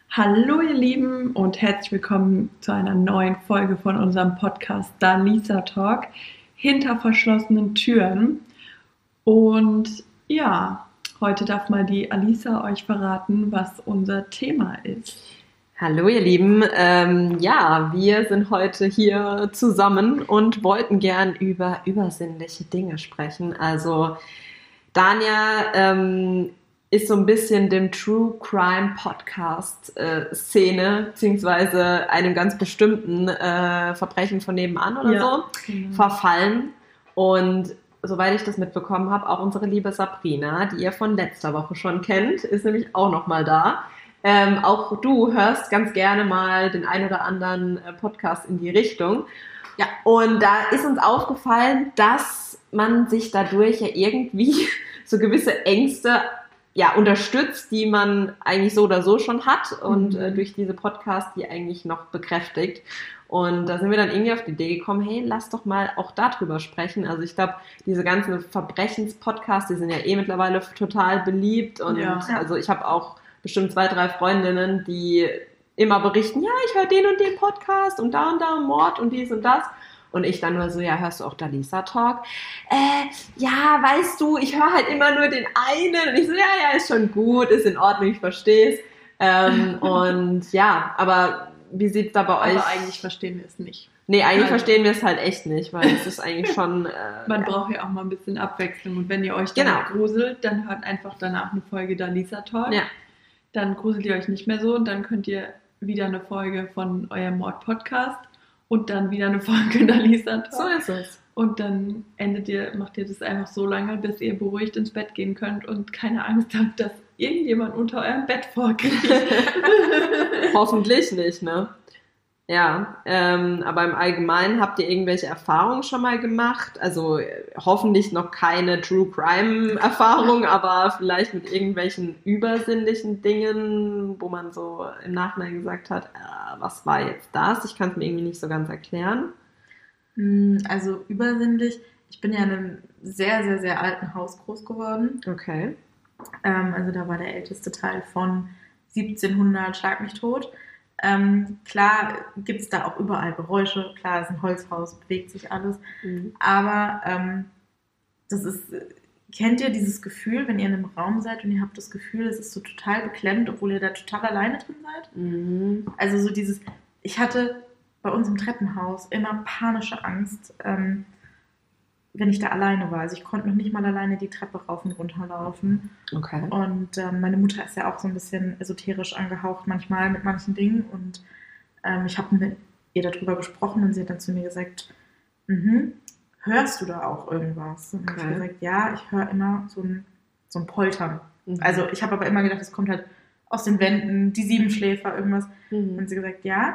Hallo ihr Lieben und herzlich willkommen zu einer neuen Folge von unserem Podcast Dalisa Talk hinter verschlossenen Türen. Und ja, heute darf mal die Alisa euch verraten, was unser Thema ist. Hallo ihr Lieben, wir sind heute hier zusammen und wollten gern über übersinnliche Dinge sprechen. Also Dania ist so ein bisschen dem True Crime Podcast Szene, beziehungsweise einem ganz bestimmten Verbrechen von nebenan oder verfallen. Und soweit ich das mitbekommen habe, auch unsere liebe Sabrina, die ihr von letzter Woche schon kennt, ist nämlich auch nochmal da. Auch du hörst ganz gerne mal den ein oder anderen Podcast in die Richtung. Ja. Und da ist uns aufgefallen, dass man sich dadurch ja irgendwie so gewisse Ängste unterstützt, die man eigentlich so oder so schon hat und durch diese Podcasts die eigentlich noch bekräftigt. Und da sind wir dann irgendwie auf die Idee gekommen, hey, lass doch mal auch darüber sprechen. Also ich glaube, diese ganzen Verbrechenspodcasts, die sind ja mittlerweile total beliebt. Und also ich habe auch bestimmt 2, 3 Freundinnen, die immer berichten, ja, ich höre den und den Podcast und da Mord und dies und das. Und ich dann nur so, ja, hörst du auch Dalisa Talk? Ja, weißt du, ich höre halt immer nur den einen. Und ich so, ja, ist schon gut, ist in Ordnung, ich verstehe es. Und ja, aber wie sieht's da bei euch? Aber eigentlich verstehen wir es nicht. Nee, eigentlich verstehen wir es halt echt nicht, weil es ist eigentlich schon... Man braucht ja auch mal ein bisschen Abwechslung. Und wenn ihr euch dann gruselt, dann hört einfach danach eine Folge Dalisa Talk. Ja. Dann gruselt ihr euch nicht mehr so und dann könnt ihr wieder eine Folge von eurem Mord-Podcast und dann wieder eine Folge Dalisa Talk. So ist es. Und dann macht ihr das einfach so lange, bis ihr beruhigt ins Bett gehen könnt und keine Angst habt, dass irgendjemand unter eurem Bett vorkriegt. Hoffentlich nicht, ne? Ja, aber im Allgemeinen habt ihr irgendwelche Erfahrungen schon mal gemacht? Also hoffentlich noch keine True Crime Erfahrung, aber vielleicht mit irgendwelchen übersinnlichen Dingen, wo man so im Nachhinein gesagt hat, was war jetzt das? Ich kann es mir irgendwie nicht so ganz erklären. Also übersinnlich, ich bin ja in einem sehr, sehr, sehr alten Haus groß geworden. Okay. Also da war der älteste Teil von 1700, schlag mich tot. Klar gibt es da auch überall Geräusche, klar, es ist ein Holzhaus, bewegt sich alles, aber das ist, kennt ihr dieses Gefühl, wenn ihr in einem Raum seid und ihr habt das Gefühl, es ist so total beklemmt, obwohl ihr da total alleine drin seid? Also so dieses, ich hatte bei uns im Treppenhaus immer panische Angst, wenn ich da alleine war. Also ich konnte noch nicht mal alleine die Treppe rauf und runter laufen. Okay. Und meine Mutter ist ja auch so ein bisschen esoterisch angehaucht manchmal mit manchen Dingen. Und ich habe mit ihr darüber gesprochen und sie hat dann zu mir gesagt, hörst du da auch irgendwas? Und ich habe gesagt, ja, ich höre immer so ein Poltern. Also ich habe aber immer gedacht, es kommt halt aus den Wänden, die Siebenschläfer, irgendwas. Und sie hat gesagt, ja,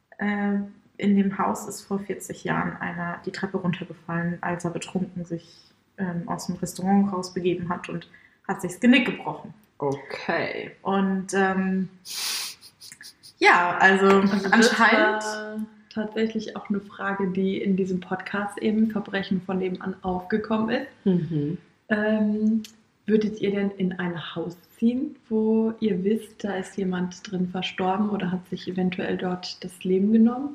in dem Haus ist vor 40 Jahren einer die Treppe runtergefallen, als er betrunken sich aus dem Restaurant rausbegeben hat und hat sich das Genick gebrochen. Okay. Und also anscheinend... Das war tatsächlich auch eine Frage, die in diesem Podcast eben Verbrechen von nebenan aufgekommen ist. Würdet ihr denn in ein Haus ziehen, wo ihr wisst, da ist jemand drin verstorben oder hat sich eventuell dort das Leben genommen?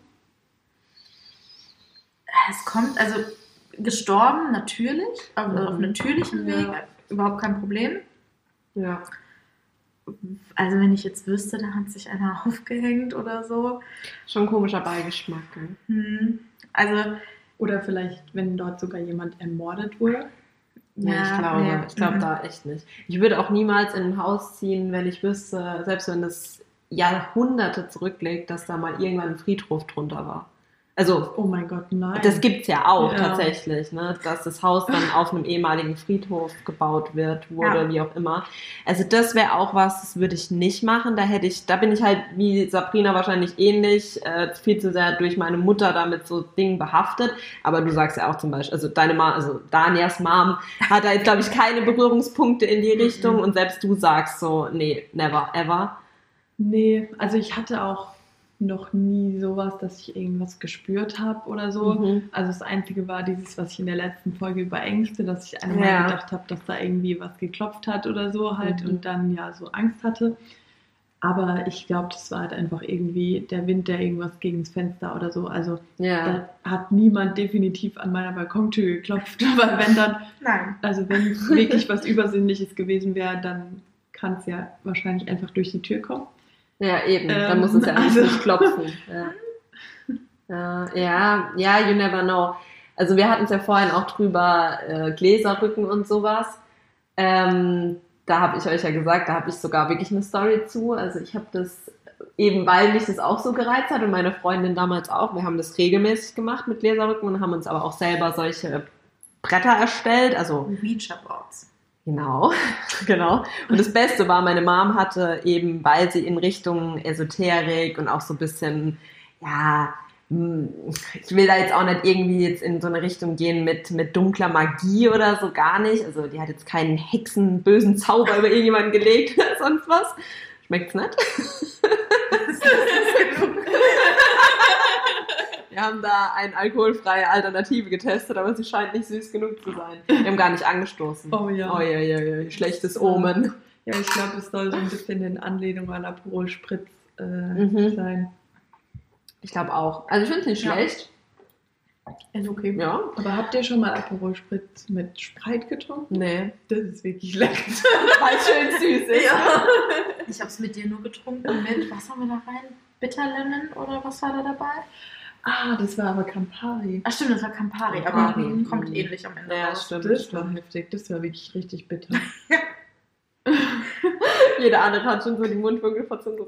Es kommt, also gestorben natürlich, aber auf natürlichem Weg, überhaupt kein Problem. Ja. Also wenn ich jetzt wüsste, da hat sich einer aufgehängt oder so. Schon ein komischer Beigeschmack. Also, oder vielleicht, wenn dort sogar jemand ermordet wurde. Ja, ich glaube da echt nicht. Ich würde auch niemals in ein Haus ziehen, wenn ich wüsste, selbst wenn das Jahrhunderte zurückliegt, dass da mal irgendwann ein Friedhof drunter war. Also, oh mein Gott, nein. Das gibt's ja auch tatsächlich, ne? Dass das Haus dann auf einem ehemaligen Friedhof gebaut wurde, wie auch immer. Also das wäre auch was, das würde ich nicht machen. Da bin ich halt wie Sabrina wahrscheinlich ähnlich, viel zu sehr durch meine Mutter damit so Dingen behaftet. Aber du sagst ja auch zum Beispiel, also Danias Mom hat da jetzt, glaube ich, keine Berührungspunkte in die Richtung und selbst du sagst so, nee, never, ever. Nee, also ich hatte auch noch nie sowas, dass ich irgendwas gespürt habe oder so. Also das Einzige war dieses, was ich in der letzten Folge über Ängste, dass ich einmal gedacht habe, dass da irgendwie was geklopft hat oder so halt und dann so Angst hatte. Aber ich glaube, das war halt einfach irgendwie der Wind, der irgendwas gegen das Fenster oder so. Also da hat niemand definitiv an meiner Balkontür geklopft. Aber wenn dann, also wenn es wirklich was Übersinnliches gewesen wäre, dann kann es ja wahrscheinlich einfach durch die Tür kommen. Ja, eben. Dann muss es ja nicht klopfen. Ja, you never know. Also wir hatten es ja vorhin auch drüber, Gläserrücken und sowas. Da habe ich euch ja gesagt, da habe ich sogar wirklich eine Story zu. Also ich habe das eben, weil mich das auch so gereizt hat und meine Freundin damals auch. Wir haben das regelmäßig gemacht mit Gläserrücken und haben uns aber auch selber solche Bretter erstellt. Also Ouija-Boards. Genau. Und das Beste war, meine Mom hatte eben, weil sie in Richtung Esoterik und auch so ein bisschen, ich will da jetzt auch nicht irgendwie jetzt in so eine Richtung gehen mit dunkler Magie oder so, gar nicht. Also die hat jetzt keinen bösen Zauber über irgendjemanden gelegt oder sonst was. Schmeckt's nicht? Wir haben da eine alkoholfreie Alternative getestet, aber sie scheint nicht süß genug zu sein. Wir haben gar nicht angestoßen. Oh ja. Oh ja. Schlechtes Omen. Ja, ich glaube, es soll so ein bisschen in Anlehnung an Aperol Spritz sein. Ich glaube auch. Also ich finde es nicht schlecht. Ist okay. Ja. Aber habt ihr schon mal Aperol Spritz mit Sprite getrunken? Nee. Das ist wirklich lecker. Weil es schön süß ist. Ja. Ich habe es mit dir nur getrunken mit, was haben wir da rein? Bitterlemon oder was war da dabei? Das war aber Campari. Ach stimmt, das war Campari, aber kommt ähnlich am Ende raus. Stimmt. Das war heftig. Das war wirklich richtig bitter. Jeder andere hat schon so die Mundwinkel verzogen.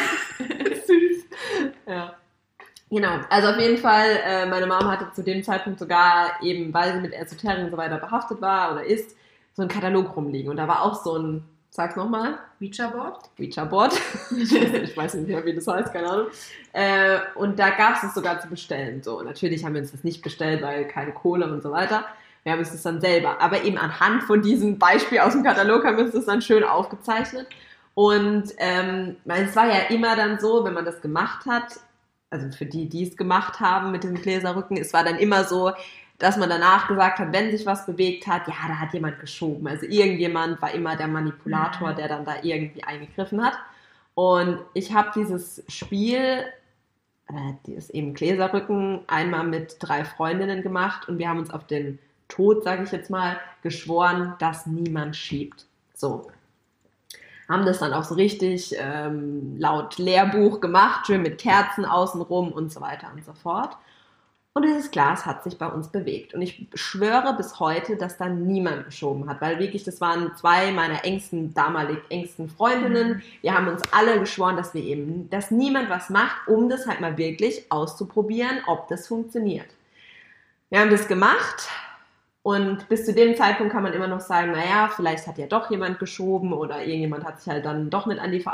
Süß. Ja. Genau, also auf jeden Fall, meine Mama hatte zu dem Zeitpunkt sogar eben, weil sie mit Esoterik und so weiter behaftet war oder ist, so einen Katalog rumliegen. Und da war auch so ein, sag's nochmal. Ouija-Board. Ich weiß nicht mehr, wie das heißt, keine Ahnung. Und da gab es sogar zu bestellen. So, natürlich haben wir uns das nicht bestellt, weil keine Kohle und so weiter. Wir haben uns das dann selber. Aber eben anhand von diesem Beispiel aus dem Katalog haben wir uns das dann schön aufgezeichnet. Und es war ja immer dann so, wenn man das gemacht hat, also für die es gemacht haben mit dem Gläserrücken, es war dann immer so, dass man danach gesagt hat, wenn sich was bewegt hat, ja, da hat jemand geschoben. Also irgendjemand war immer der Manipulator, der dann da irgendwie eingegriffen hat. Und ich habe dieses Spiel, dieses eben Gläserrücken, einmal mit 3 Freundinnen gemacht und wir haben uns auf den Tod, sage ich jetzt mal, geschworen, dass niemand schiebt. So. Haben das dann auch so richtig laut Lehrbuch gemacht, schön mit Kerzen außenrum und so weiter und so fort. Und dieses Glas hat sich bei uns bewegt. Und ich schwöre bis heute, dass da niemand geschoben hat, weil wirklich, das waren 2 meiner damalig engsten Freundinnen. Wir haben uns alle geschworen, dass niemand was macht, um das halt mal wirklich auszuprobieren, ob das funktioniert. Wir haben das gemacht. Und bis zu dem Zeitpunkt kann man immer noch sagen, naja, vielleicht hat ja doch jemand geschoben oder irgendjemand hat sich halt dann doch nicht an die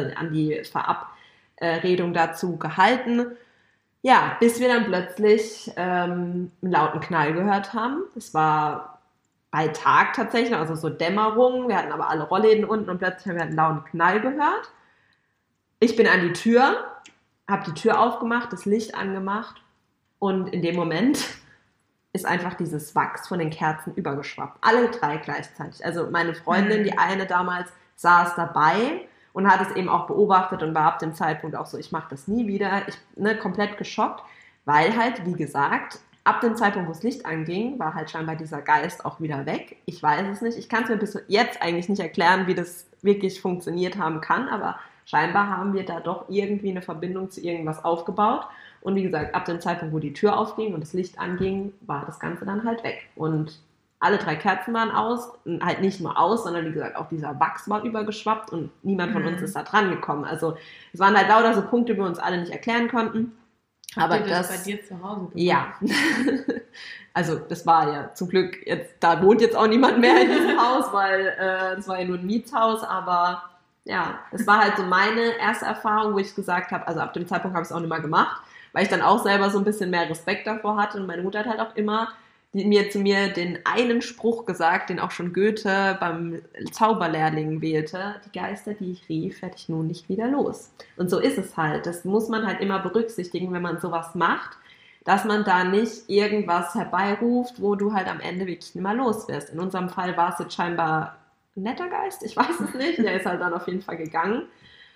Verabredung dazu gehalten. Ja, bis wir dann plötzlich einen lauten Knall gehört haben. Das war bei Tag tatsächlich, also so Dämmerung. Wir hatten aber alle Rollläden unten und plötzlich haben wir einen lauten Knall gehört. Ich bin an die Tür, habe die Tür aufgemacht, das Licht angemacht und in dem Moment ist einfach dieses Wachs von den Kerzen übergeschwappt. Alle 3 gleichzeitig. Also meine Freundin, die eine damals, saß dabei und hat es eben auch beobachtet und war ab dem Zeitpunkt auch so, ich mache das nie wieder. Komplett geschockt, weil halt, wie gesagt, ab dem Zeitpunkt, wo das Licht anging, war halt scheinbar dieser Geist auch wieder weg. Ich weiß es nicht. Ich kann es mir bis jetzt eigentlich nicht erklären, wie das wirklich funktioniert haben kann, aber scheinbar haben wir da doch irgendwie eine Verbindung zu irgendwas aufgebaut. Und wie gesagt, ab dem Zeitpunkt, wo die Tür aufging und das Licht anging, war das Ganze dann halt weg. Und alle 3 Kerzen waren aus, und halt nicht nur aus, sondern wie gesagt, auch dieser Wachs war übergeschwappt und niemand von uns ist da dran gekommen. Also es waren halt lauter so Punkte, die wir uns alle nicht erklären konnten. Habt ihr das bei dir zu Hause gemacht? Ja. Also das war ja zum Glück, da wohnt jetzt auch niemand mehr in diesem Haus, weil es war ja nur ein Mietshaus, aber ja, es war halt so meine erste Erfahrung, wo ich gesagt habe, also ab dem Zeitpunkt habe ich es auch nicht mehr gemacht, weil ich dann auch selber so ein bisschen mehr Respekt davor hatte und meine Mutter hat halt auch immer zu mir den einen Spruch gesagt, den auch schon Goethe beim Zauberlehrling wählte: Die Geister, die ich rief, werde ich nun nicht wieder los. Und so ist es halt. Das muss man halt immer berücksichtigen, wenn man sowas macht, dass man da nicht irgendwas herbeiruft, wo du halt am Ende wirklich nicht mehr los wirst. In unserem Fall war es jetzt scheinbar ein netter Geist, ich weiß es nicht. Der ist halt dann auf jeden Fall gegangen.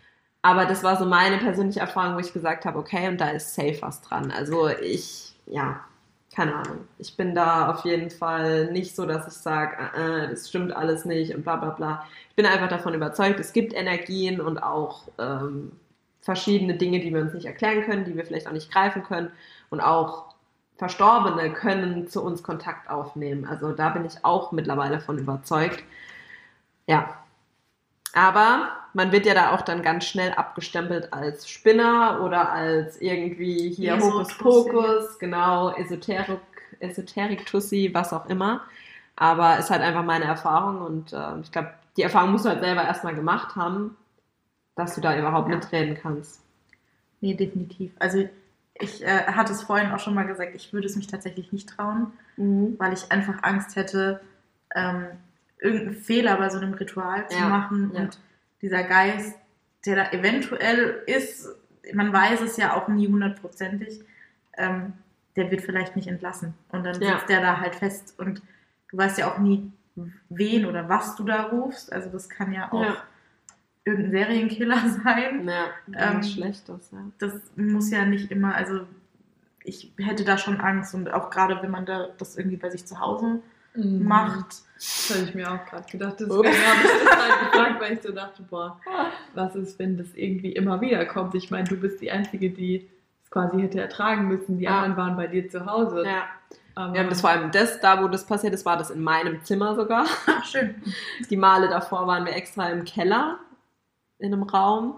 Aber das war so meine persönliche Erfahrung, wo ich gesagt habe, okay, und da ist safe was dran. Also keine Ahnung. Ich bin da auf jeden Fall nicht so, dass ich sage, das stimmt alles nicht und bla bla bla. Ich bin einfach davon überzeugt, es gibt Energien und auch verschiedene Dinge, die wir uns nicht erklären können, die wir vielleicht auch nicht greifen können. Und auch Verstorbene können zu uns Kontakt aufnehmen. Also da bin ich auch mittlerweile von überzeugt. Ja. Aber man wird ja da auch dann ganz schnell abgestempelt als Spinner oder als irgendwie hier Hokuspokus, genau, Esoterik-Tussi, was auch immer. Aber es ist halt einfach meine Erfahrung und ich glaube, die Erfahrung musst du halt selber erstmal gemacht haben, dass du da überhaupt mitreden kannst. Nee, definitiv. Also ich hatte es vorhin auch schon mal gesagt, ich würde es mich tatsächlich nicht trauen, weil ich einfach Angst hätte, irgendeinen Fehler bei so einem Ritual zu machen und dieser Geist, der da eventuell ist, man weiß es ja auch nie 100%ig, der wird vielleicht nicht entlassen und dann sitzt der da halt fest und du weißt ja auch nie, wen oder was du da rufst, also das kann ja auch irgendein Serienkiller sein. Ja, ganz Schlechtes, Das muss ja nicht immer, also ich hätte da schon Angst und auch gerade, wenn man da das irgendwie bei sich zu Hause macht. Das habe ich mir auch gerade gedacht. Deswegen habe ich das halt gefragt, weil ich so dachte, boah, was ist, wenn das irgendwie immer wieder kommt? Ich meine, du bist die Einzige, die es quasi hätte ertragen müssen. Die anderen waren bei dir zu Hause. Ja. Wir haben das vor allem wo das passiert ist, war das in meinem Zimmer sogar. Ach, schön. Die Male davor waren wir extra im Keller in einem Raum.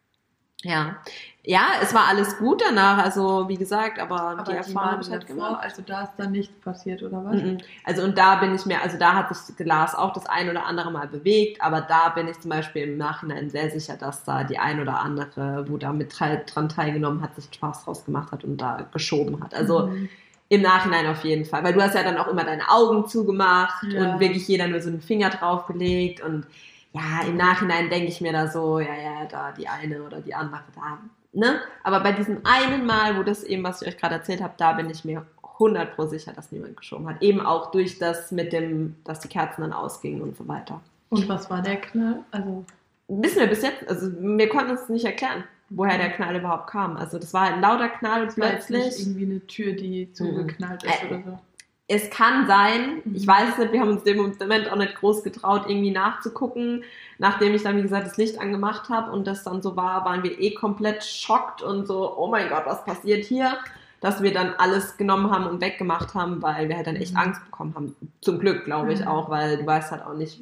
Ja, es war alles gut danach, also wie gesagt, aber die Erfahrung habe ich halt gemacht. Also da ist dann nichts passiert, oder was? Also und da bin ich mir, also da hat sich Glas auch das ein oder andere Mal bewegt, aber da bin ich zum Beispiel im Nachhinein sehr sicher, dass da die ein oder andere, wo da mit dran teilgenommen hat, sich Spaß draus gemacht hat und da geschoben hat. Also im Nachhinein auf jeden Fall, weil du hast ja dann auch immer deine Augen zugemacht und wirklich jeder nur so einen Finger draufgelegt und ja, im Nachhinein denke ich mir da so, da die eine oder die andere da, ne? Aber bei diesem einen Mal, wo das eben, was ich euch gerade erzählt habe, da bin ich mir 100% sicher, dass niemand geschoben hat. Eben auch durch das mit dem, dass die Kerzen dann ausgingen und so weiter. Und was war der Knall? Also wissen wir bis jetzt, also wir konnten uns nicht erklären, woher der Knall überhaupt kam. Also das war ein lauter Knall und plötzlich. Nicht irgendwie eine Tür, die zugeknallt ist oder so. Es kann sein, ich weiß es nicht, wir haben uns in dem Moment auch nicht groß getraut, irgendwie nachzugucken. Nachdem ich dann, wie gesagt, das Licht angemacht habe und das dann so war, waren wir komplett schockt und so, oh mein Gott, was passiert hier? Dass wir dann alles genommen haben und weggemacht haben, weil wir halt dann echt Angst bekommen haben. Zum Glück, glaube ich auch, weil du weißt halt auch nicht,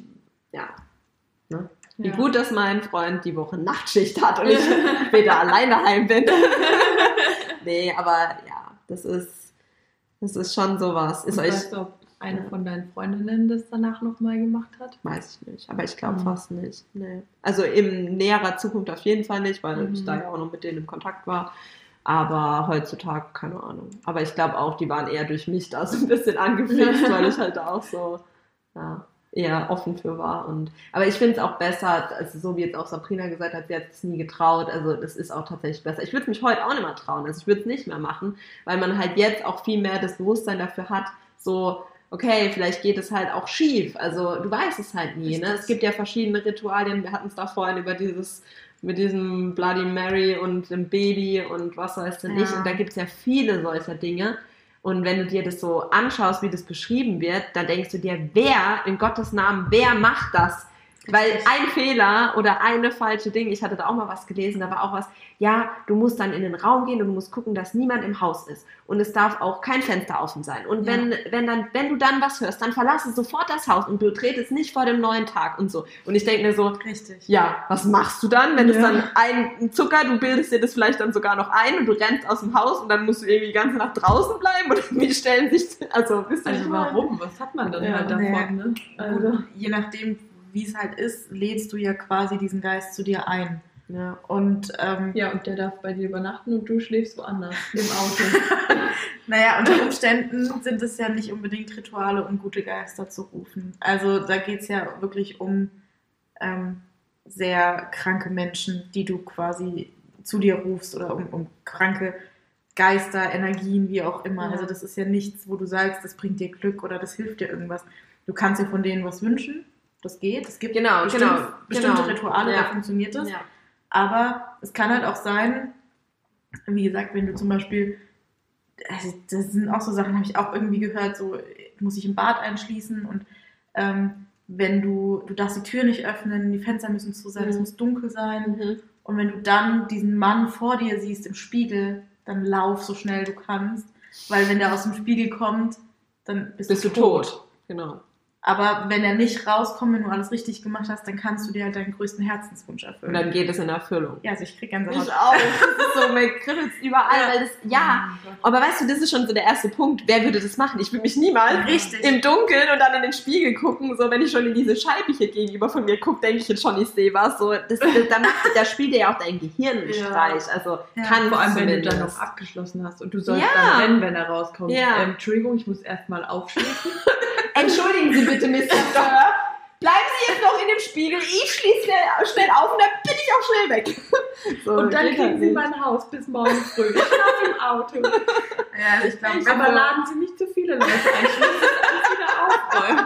ne? Wie gut, dass mein Freund die Woche Nachtschicht hat und ich später alleine heim bin. Nee, aber ja, das ist schon sowas. Weißt du, ob eine von deinen Freundinnen das danach nochmal gemacht hat? Weiß ich nicht, aber ich glaube fast nicht. Nee. Also in näherer Zukunft auf jeden Fall nicht, weil ich da ja auch noch mit denen im Kontakt war. Aber heutzutage, keine Ahnung. Aber ich glaube auch, die waren eher durch mich da so ein bisschen angefixt, weil ich halt da auch so eher offen für war. Aber ich finde es auch besser, also so wie jetzt auch Sabrina gesagt hat, sie hat es nie getraut, also das ist auch tatsächlich besser. Ich würde es mich heute auch nicht mehr trauen, also ich würde es nicht mehr machen, weil man halt jetzt auch viel mehr das Bewusstsein dafür hat, so, okay, vielleicht geht es halt auch schief, also du weißt es halt nie, ne? Es gibt ja verschiedene Ritualien, wir hatten es da vorhin über mit diesem Bloody Mary und dem Baby und was weiß denn ich, und da gibt es ja viele solcher Dinge. Und wenn du dir das so anschaust, wie das beschrieben wird, dann denkst du dir, in Gottes Namen, wer macht das? Weil ein Fehler oder eine falsche Ding, ich hatte da auch mal was gelesen, da war auch was, du musst dann in den Raum gehen und du musst gucken, dass niemand im Haus ist. Und es darf auch kein Fenster offen sein. Und wenn du dann was hörst, dann verlasse sofort das Haus und du tretest nicht vor dem neuen Tag und so. Und ich denke mir so, was machst du dann, wenn es dann ein Zucker, du bildest dir das vielleicht dann sogar noch ein und du rennst aus dem Haus und dann musst du irgendwie die ganze Nacht draußen bleiben oder wie stellen sich, warum? Was hat man dann halt davon? Ne? Also, je nachdem, wie es halt ist, lädst du ja quasi diesen Geist zu dir ein. Ja. Und und der darf bei dir übernachten und du schläfst woanders im Auto. Naja, unter Umständen sind es ja nicht unbedingt Rituale, um gute Geister zu rufen. Also da geht es ja wirklich um sehr kranke Menschen, die du quasi zu dir rufst oder um kranke Geister, Energien, wie auch immer. Ja. Also das ist ja nichts, wo du sagst, das bringt dir Glück oder das hilft dir irgendwas. Du kannst dir von denen was wünschen. Das geht. Es gibt bestimmte Rituale, da funktioniert das. Ja. Aber es kann halt auch sein, wie gesagt, wenn du zum Beispiel, also das sind auch so Sachen, habe ich auch irgendwie gehört, so, du musst dich im Bad einschließen und wenn du darfst die Tür nicht öffnen, die Fenster müssen zu sein, es muss dunkel sein. Und wenn du dann diesen Mann vor dir siehst im Spiegel, dann lauf so schnell du kannst, weil wenn der aus dem Spiegel kommt, dann bist du tot. Genau. Aber wenn er nicht rauskommt, wenn du alles richtig gemacht hast, dann kannst du dir halt deinen größten Herzenswunsch erfüllen. Und dann geht es in Erfüllung. Ja, also ich krieg Gänsehaut. Ich auch. Das ist so, mir kribbelt's überall. Weil das, aber weißt du, das ist schon so der erste Punkt. Wer würde das machen? Ich würde mich niemals im Dunkeln und dann in den Spiegel gucken. So, wenn ich schon in diese Scheibe hier gegenüber von mir gucke, denke ich jetzt schon, ich sehe was. So, da spielt dir ja auch dein Gehirn einen Streich. Also kann vor allem, wenn du dann noch abgeschlossen hast und du sollst dann rennen, wenn er rauskommt. Entschuldigung, ich muss erstmal aufschließen. Entschuldigen Sie bitte, Mr. Sir. Bleiben Sie jetzt noch in dem Spiegel. Ich schließe schnell auf und dann bin ich auch schnell weg. So, und dann kriegen Sie mein Haus bis morgen früh. Ich schlafe im Auto. Ja, ich glaube, aber laden Sie nicht zu viele Leute ein. Ich muss das alles wieder aufräumen.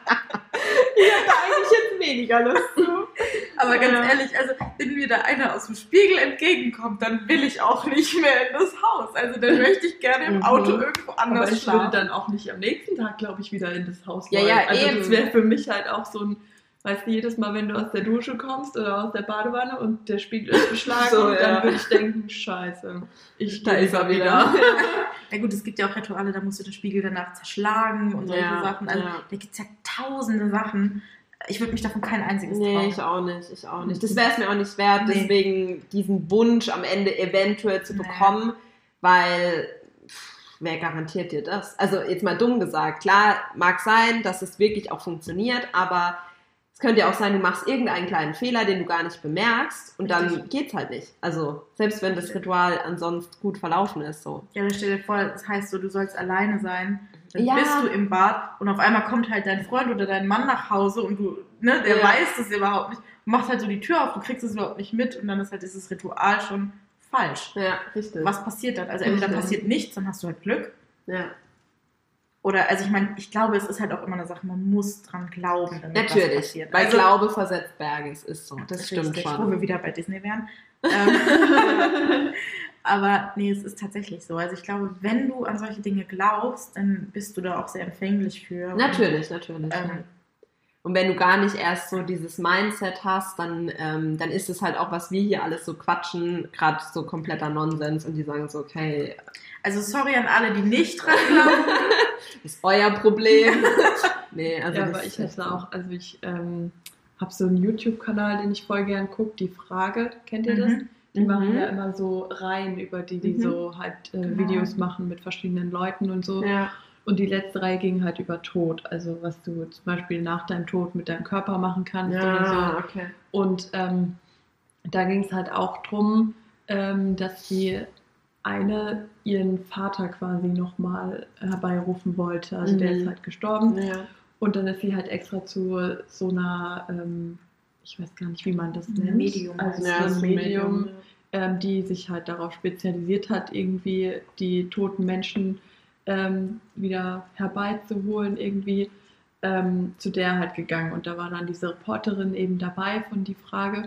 Ich habe da eigentlich jetzt weniger Lust zu. Aber ganz ehrlich, also wenn mir da einer aus dem Spiegel entgegenkommt, dann will ich auch nicht mehr in das Haus. Also dann möchte ich gerne im Auto irgendwo anders aber ich schlafen. würde dann auch nicht am nächsten Tag, glaube ich, wieder in das Haus wollen. Ja, also eben. Das wäre für mich halt auch so ein, weißt du, jedes Mal, wenn du aus der Dusche kommst oder aus der Badewanne und der Spiegel ist beschlagen, dann würde ich denken, scheiße, da ist er wieder. Ja gut, es gibt ja auch Rituale, da musst du den Spiegel danach zerschlagen und solche Sachen. Also da gibt es ja tausende Sachen. Ich würde mich davon kein einziges trauen. Nee, ich auch nicht. Das wäre es mir auch nicht wert, deswegen diesen Wunsch am Ende eventuell zu bekommen, weil wer garantiert dir das? Also jetzt mal dumm gesagt, klar, mag sein, dass es wirklich auch funktioniert, aber es könnte ja auch sein, du machst irgendeinen kleinen Fehler, den du gar nicht bemerkst und dann geht's halt nicht. Also selbst wenn das Ritual ansonsten gut verlaufen ist. So. Ja, dann stell dir vor, das heißt so, du sollst alleine sein. Dann bist du im Bad und auf einmal kommt halt dein Freund oder dein Mann nach Hause und du, der weiß das überhaupt nicht, macht halt so die Tür auf, du kriegst es überhaupt nicht mit und dann ist halt dieses Ritual schon falsch. Ja, richtig. Was passiert dann? Also entweder passiert nichts, dann hast du halt Glück. Ja. Oder, also ich meine, ich glaube, es ist halt auch immer eine Sache, man muss dran glauben, damit natürlich, was passiert. Weil Glaube versetzt Berge, es ist so, das stimmt schon. Wo wir wieder bei Disney wären. Aber nee, es ist tatsächlich so. Also ich glaube, wenn du an solche Dinge glaubst, dann bist du da auch sehr empfänglich für. Natürlich. Und wenn du gar nicht erst so dieses Mindset hast, dann ist es halt auch, was wir hier alles so quatschen, gerade so kompletter Nonsens und die sagen so, okay. Also sorry an alle, die nicht dran glauben. Das ist euer Problem. Nee, also ja, aber ich hätte auch, also ich habe so einen YouTube-Kanal, den ich voll gern gucke, Die Frage, kennt ihr das? Die machen ja immer so Reihen, über die so halt Videos machen mit verschiedenen Leuten und so. Ja. Und die letzte Reihe ging halt über Tod, also was du zum Beispiel nach deinem Tod mit deinem Körper machen kannst oder so. Okay. Und da ging es halt auch drum, dass die eine ihren Vater quasi nochmal herbeirufen wollte. Also der ist halt gestorben. Ja. Und dann ist sie halt extra zu so einer, ich weiß gar nicht, wie man das nennt. Medium. Also so ein Medium, die sich halt darauf spezialisiert hat, irgendwie die toten Menschen wieder herbeizuholen, irgendwie zu der halt gegangen. Und da war dann diese Reporterin eben dabei von Die Frage.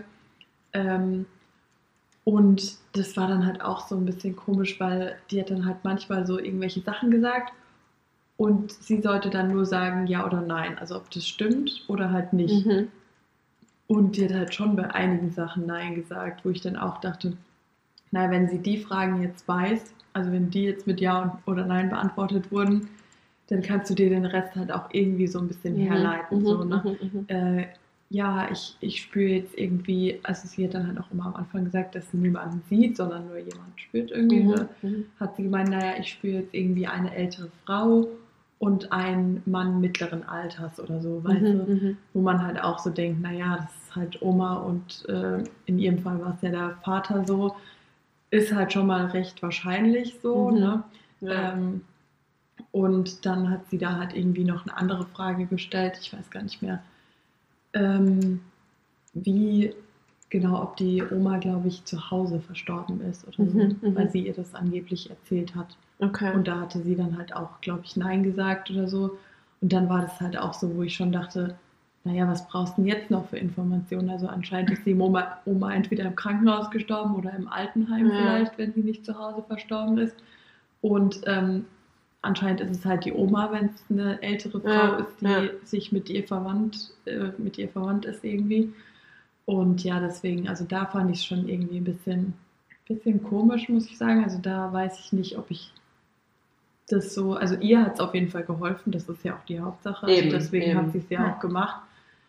Und das war dann halt auch so ein bisschen komisch, weil die hat dann halt manchmal so irgendwelche Sachen gesagt und sie sollte dann nur sagen ja oder nein, also ob das stimmt oder halt nicht. Und die hat halt schon bei einigen Sachen nein gesagt, wo ich dann auch dachte, naja, wenn sie die Fragen jetzt weiß, also wenn die jetzt mit ja oder nein beantwortet wurden, dann kannst du dir den Rest halt auch irgendwie so ein bisschen herleiten. So, ne? Ja, ich spüre jetzt irgendwie, also sie hat dann halt auch immer am Anfang gesagt, dass sie niemanden sieht, sondern nur jemand spürt irgendwie. Hat sie gemeint, naja, ich spüre jetzt irgendwie eine ältere Frau und einen Mann mittleren Alters oder so, weißt du? Wo man halt auch so denkt, naja, das ist halt Oma und in ihrem Fall war es ja der Vater so, ist halt schon mal recht wahrscheinlich so, ne? Ja. Und dann hat sie da halt irgendwie noch eine andere Frage gestellt, ich weiß gar nicht mehr, wie genau, ob die Oma, glaube ich, zu Hause verstorben ist oder so, weil sie ihr das angeblich erzählt hat. Okay. Und da hatte sie dann halt auch, glaube ich, nein gesagt oder so. Und dann war das halt auch so, wo ich schon dachte, naja, was brauchst du denn jetzt noch für Informationen? Also anscheinend ist die Oma entweder im Krankenhaus gestorben oder im Altenheim vielleicht, wenn sie nicht zu Hause verstorben ist. Und anscheinend ist es halt die Oma, wenn es eine ältere Frau ist, die sich mit ihr verwandt ist irgendwie. Und ja, deswegen, also da fand ich es schon irgendwie ein bisschen komisch, muss ich sagen. Also da weiß ich nicht, ob ich das so, also ihr hat es auf jeden Fall geholfen, das ist ja auch die Hauptsache. Also deswegen hat sie es ja auch gemacht.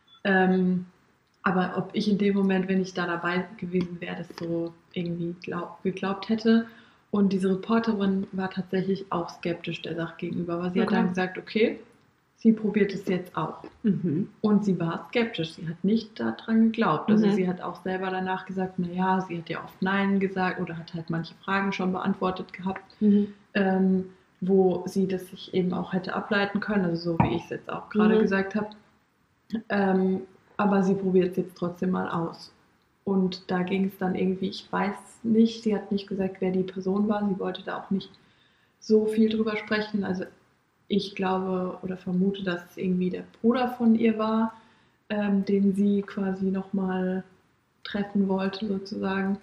Aber ob ich in dem Moment, wenn ich da dabei gewesen wäre, das so irgendwie geglaubt hätte. Und diese Reporterin war tatsächlich auch skeptisch der Sache gegenüber, weil sie hat dann gesagt, okay, sie probiert es jetzt auch. Und sie war skeptisch, sie hat nicht daran geglaubt. Also sie hat auch selber danach gesagt, naja, sie hat ja oft Nein gesagt oder hat halt manche Fragen schon beantwortet gehabt, wo sie das sich eben auch hätte ableiten können, also so wie ich es jetzt auch gerade gesagt habe. Aber sie probiert es jetzt trotzdem mal aus. Und da ging es dann irgendwie, ich weiß nicht, sie hat nicht gesagt, wer die Person war, sie wollte da auch nicht so viel drüber sprechen. Also ich glaube oder vermute, dass es irgendwie der Bruder von ihr war, den sie quasi nochmal treffen wollte sozusagen.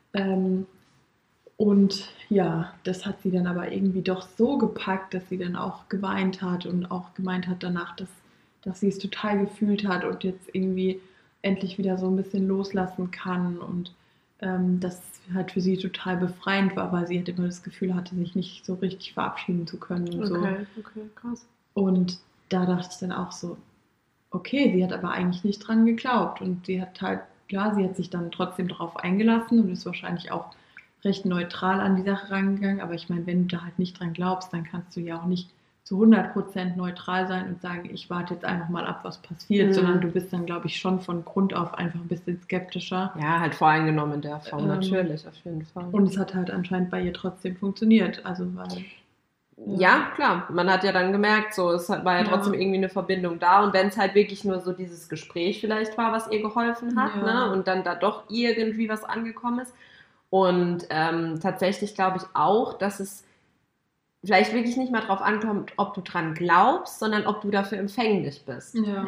Und ja, das hat sie dann aber irgendwie doch so gepackt, dass sie dann auch geweint hat und auch gemeint hat danach, dass sie es total gefühlt hat und jetzt irgendwie endlich wieder so ein bisschen loslassen kann und das halt für sie total befreiend war, weil sie halt immer das Gefühl hatte, sich nicht so richtig verabschieden zu können und so. Okay, krass. Und da dachte ich dann auch so, okay, sie hat aber eigentlich nicht dran geglaubt und sie hat halt, klar, sie hat sich dann trotzdem darauf eingelassen und ist wahrscheinlich auch recht neutral an die Sache rangegangen, aber ich meine, wenn du da halt nicht dran glaubst, dann kannst du ja auch nicht zu 100% neutral sein und sagen, ich warte jetzt einfach mal ab, was passiert, sondern du bist dann, glaube ich, schon von Grund auf einfach ein bisschen skeptischer. Ja, halt voreingenommen in der Form, natürlich, auf jeden Fall. Und es hat halt anscheinend bei ihr trotzdem funktioniert, also weil... Ja, klar, man hat ja dann gemerkt, so, es war ja trotzdem irgendwie eine Verbindung da und wenn es halt wirklich nur so dieses Gespräch vielleicht war, was ihr geholfen hat, ne, und dann da doch irgendwie was angekommen ist und tatsächlich glaube ich auch, dass es vielleicht wirklich nicht mal drauf ankommt, ob du dran glaubst, sondern ob du dafür empfänglich bist. Ja.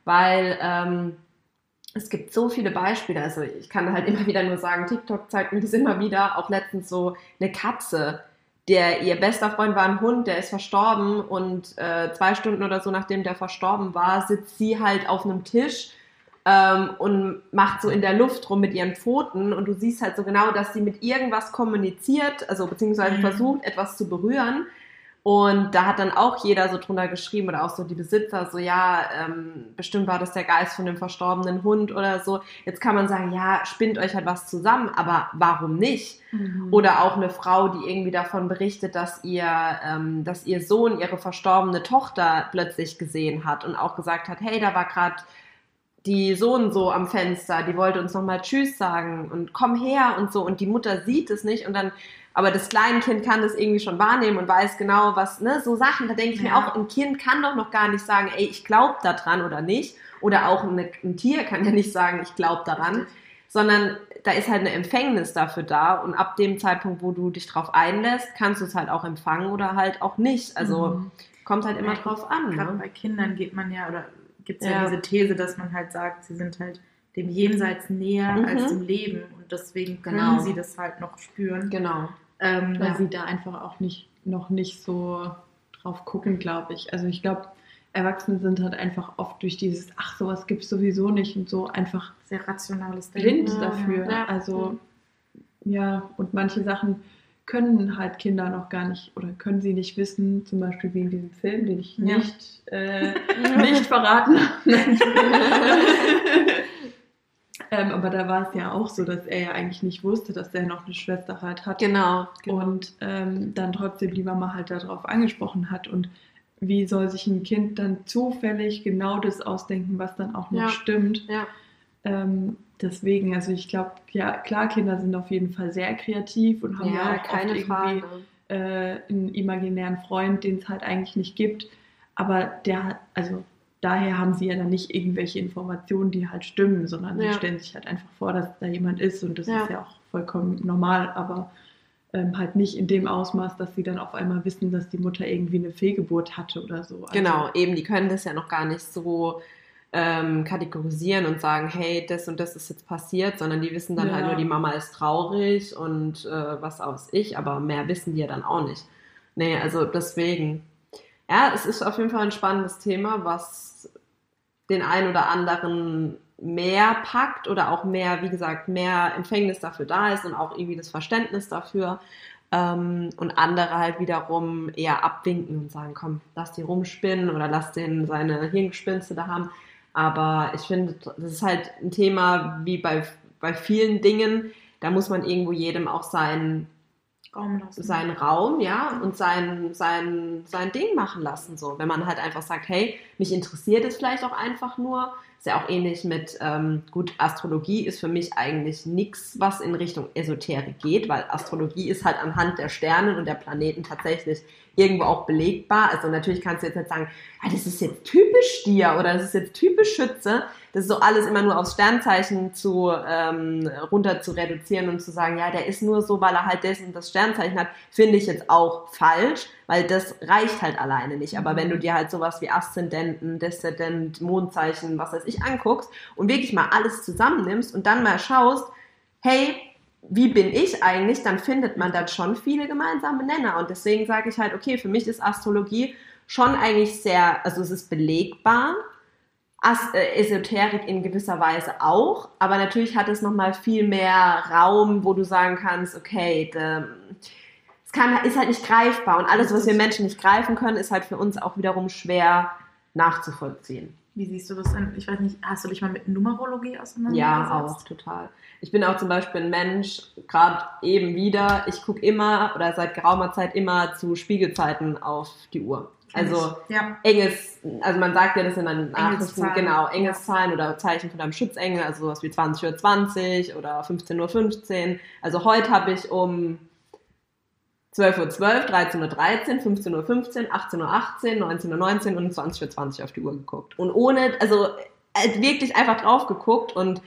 Weil es gibt so viele Beispiele, also ich kann halt immer wieder nur sagen, TikTok zeigt mir das immer wieder, auch letztens so eine Katze, ihr bester Freund war ein Hund, der ist verstorben und 2 Stunden oder so, nachdem der verstorben war, sitzt sie halt auf einem Tisch und macht so in der Luft rum mit ihren Pfoten und du siehst halt so genau, dass sie mit irgendwas kommuniziert, also beziehungsweise versucht, etwas zu berühren. Und da hat dann auch jeder so drunter geschrieben oder auch so die Besitzer so, ja, bestimmt war das der Geist von dem verstorbenen Hund oder so. Jetzt kann man sagen, ja, spinnt euch halt was zusammen, aber warum nicht? Oder auch eine Frau, die irgendwie davon berichtet, dass ihr Sohn ihre verstorbene Tochter plötzlich gesehen hat und auch gesagt hat, hey, da war gerade die so und so am Fenster, die wollte uns nochmal Tschüss sagen und komm her und so und die Mutter sieht es nicht und dann, aber das Kleinkind kann das irgendwie schon wahrnehmen und weiß genau was, ne, so Sachen, da denke ich mir auch, ein Kind kann doch noch gar nicht sagen, ey, ich glaube da dran oder nicht oder auch ein Tier kann ja nicht sagen, ich glaube daran, sondern da ist halt eine Empfängnis dafür da und ab dem Zeitpunkt, wo du dich drauf einlässt, kannst du es halt auch empfangen oder halt auch nicht, also kommt halt immer drauf an. Gerade bei Kindern geht man ja, oder gibt es ja diese These, dass man halt sagt, sie sind halt dem Jenseits näher als dem Leben und deswegen können sie das halt noch spüren. Genau. Weil sie da einfach auch noch nicht so drauf gucken, glaube ich. Also ich glaube, Erwachsene sind halt einfach oft durch dieses, ach, sowas gibt es sowieso nicht und so einfach sehr rationales blind dafür. Ja. Also ja, und manche Sachen können halt Kinder noch gar nicht oder können sie nicht wissen, zum Beispiel wie in diesem Film, den ich nicht verraten habe. Aber da war es ja auch so, dass er ja eigentlich nicht wusste, dass er noch eine Schwester halt hat. Genau. Und dann trotzdem die Mama halt darauf angesprochen hat. Und wie soll sich ein Kind dann zufällig genau das ausdenken, was dann auch noch stimmt? Ja. Deswegen, also ich glaube, ja, klar, Kinder sind auf jeden Fall sehr kreativ und haben ja auch keine oft irgendwie einen imaginären Freund, den es halt eigentlich nicht gibt. Aber daher haben sie ja dann nicht irgendwelche Informationen, die halt stimmen, sondern sie stellen sich halt einfach vor, dass da jemand ist und das ist ja auch vollkommen normal, aber halt nicht in dem Ausmaß, dass sie dann auf einmal wissen, dass die Mutter irgendwie eine Fehlgeburt hatte oder so. Also, genau, eben, die können das ja noch gar nicht so kategorisieren und sagen, hey, das und das ist jetzt passiert, sondern die wissen dann halt nur, die Mama ist traurig und was weiß ich, aber mehr wissen die ja dann auch nicht. Nee, also deswegen. Ja, es ist auf jeden Fall ein spannendes Thema, was den einen oder anderen mehr packt oder auch mehr, wie gesagt, mehr Empfängnis dafür da ist und auch irgendwie das Verständnis dafür. Und andere halt wiederum eher abwinken und sagen, komm, lass die rumspinnen oder lass den seine Hirngespinste da haben. Aber ich finde, das ist halt ein Thema wie bei vielen Dingen, da muss man irgendwo jedem auch seinen Raum, ja, und sein Ding machen lassen, so. Wenn man halt einfach sagt, hey, mich interessiert es vielleicht auch einfach nur, ist ja auch ähnlich mit, gut, Astrologie ist für mich eigentlich nichts, was in Richtung Esoterik geht, weil Astrologie ist halt anhand der Sterne und der Planeten tatsächlich irgendwo auch belegbar. Also natürlich kannst du jetzt nicht sagen, das ist jetzt typisch Stier oder das ist jetzt typisch Schütze. Das ist so alles immer nur aufs Sternzeichen runter zu reduzieren und zu sagen, ja, der ist nur so, weil er halt das und das Sternzeichen hat, finde ich jetzt auch falsch, weil das reicht halt alleine nicht. Aber wenn du dir halt sowas wie Aszendenten, Deszendent, Mondzeichen, was weiß ich, anguckst und wirklich mal alles zusammennimmst und dann mal schaust, hey, wie bin ich eigentlich, dann findet man da schon viele gemeinsame Nenner. Und deswegen sage ich halt, okay, für mich ist Astrologie schon eigentlich sehr, also es ist belegbar, Esoterik in gewisser Weise auch, aber natürlich hat es nochmal viel mehr Raum, wo du sagen kannst, okay, ist halt nicht greifbar und alles, was wir Menschen nicht greifen können, ist halt für uns auch wiederum schwer nachzuvollziehen. Wie siehst du das denn? Ich weiß nicht, hast du dich mal mit Numerologie auseinandergesetzt? Ja, auch, total. Ich bin auch zum Beispiel ein Mensch, gerade eben wieder, ich gucke immer oder seit geraumer Zeit immer zu Spiegelzeiten auf die Uhr. Also also man sagt ja das in den Nachrichten, genau, Engelszahlen oder Zeichen von deinem Schutzengel, also sowas wie 20:20 oder 15:15. Also heute habe ich um 12:12, 13:13, 15:15, 18:18, 19:19 und 20:20 auf die Uhr geguckt. Und wirklich einfach drauf geguckt und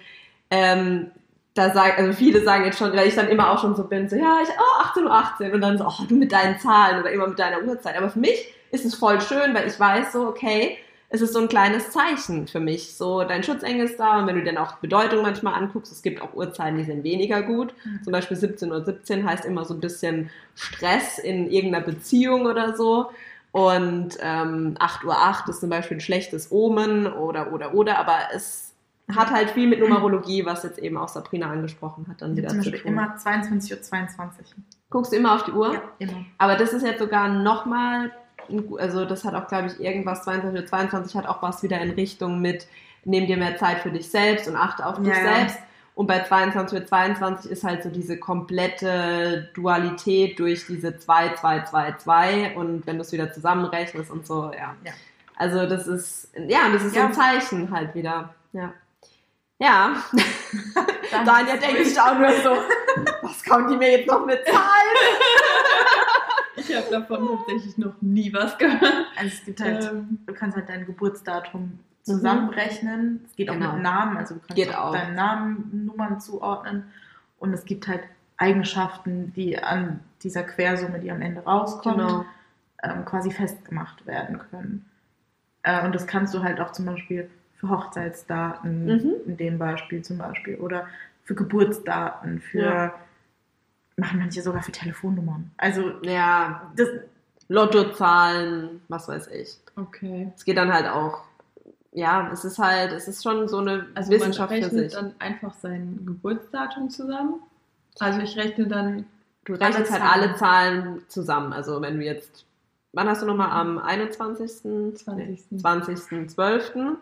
viele sagen jetzt schon, weil ich dann immer auch schon so bin, so, 18:18 und dann so, du mit deinen Zahlen oder immer mit deiner Uhrzeit. Aber für mich ist es voll schön, weil ich weiß so, okay, es ist so ein kleines Zeichen für mich. So, dein Schutzengel ist da und wenn du dann auch die Bedeutung manchmal anguckst, es gibt auch Uhrzeiten, die sind weniger gut. Zum Beispiel 17:17 heißt immer so ein bisschen Stress in irgendeiner Beziehung oder so. Und 8:08 ist zum Beispiel ein schlechtes Omen oder. Aber es hat halt viel mit Numerologie, was jetzt eben auch Sabrina angesprochen hat, dann wieder zu tun. Immer 22:22 Uhr. Guckst du immer auf die Uhr? Ja, immer. Aber das ist jetzt sogar nochmal, also das hat auch, glaube ich, irgendwas, 22:22 hat auch was wieder in Richtung mit, nimm dir mehr Zeit für dich selbst und achte auf dich selbst. Und bei 22:22 ist halt so diese komplette Dualität durch diese 2, 2, 2, 2 und wenn du es wieder zusammenrechnest und so, ja. Also das ist so ein Zeichen halt wieder, Ja. Daniel denkt sich auch nur so, was kommt die mir jetzt noch mit Zahlen? Ich habe davon tatsächlich noch nie was gehört. Also es gibt halt, du kannst halt dein Geburtsdatum zusammenrechnen. Es geht auch mit Namen, also du kannst auch deinen Namen, Nummern zuordnen. Und es gibt halt Eigenschaften, die an dieser Quersumme, die am Ende rauskommt, quasi festgemacht werden können. Und das kannst du halt auch zum Beispiel für Hochzeitsdaten, in dem Beispiel zum Beispiel, oder für Geburtsdaten, machen manche sogar für Telefonnummern. Also das Lottozahlen, was weiß ich. Okay. Es geht dann halt auch, es ist schon so eine Wissenschaft für sich. Man rechnet dann einfach sein Geburtsdatum zusammen? Also ich rechne dann... Du rechnest halt alle Zahlen zusammen. Also wenn du jetzt... Wann hast du nochmal am 21.? 20.12.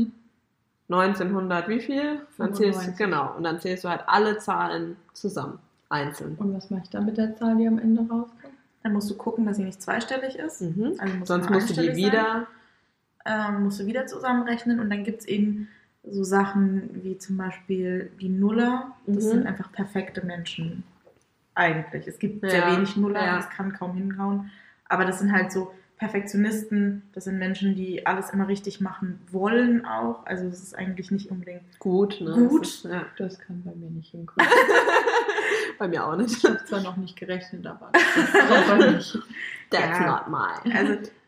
1900 wie viel? Dann zählst du, und dann zählst du halt alle Zahlen zusammen, einzeln. Und was mache ich dann mit der Zahl, die am Ende rauskommt? Dann musst du gucken, dass sie nicht zweistellig ist. Also sonst musst du die wieder... musst du wieder zusammenrechnen und dann gibt es eben so Sachen wie zum Beispiel die Nuller. Das sind einfach perfekte Menschen eigentlich. Es gibt sehr wenig Nuller, das kann kaum hinhauen. Aber das sind halt so Perfektionisten, das sind Menschen, die alles immer richtig machen wollen auch. Also es ist eigentlich nicht unbedingt gut. Das kann bei mir nicht hinkommen. Bei mir auch nicht. Ich habe zwar noch nicht gerechnet, aber das ist nicht. That's not mine. Also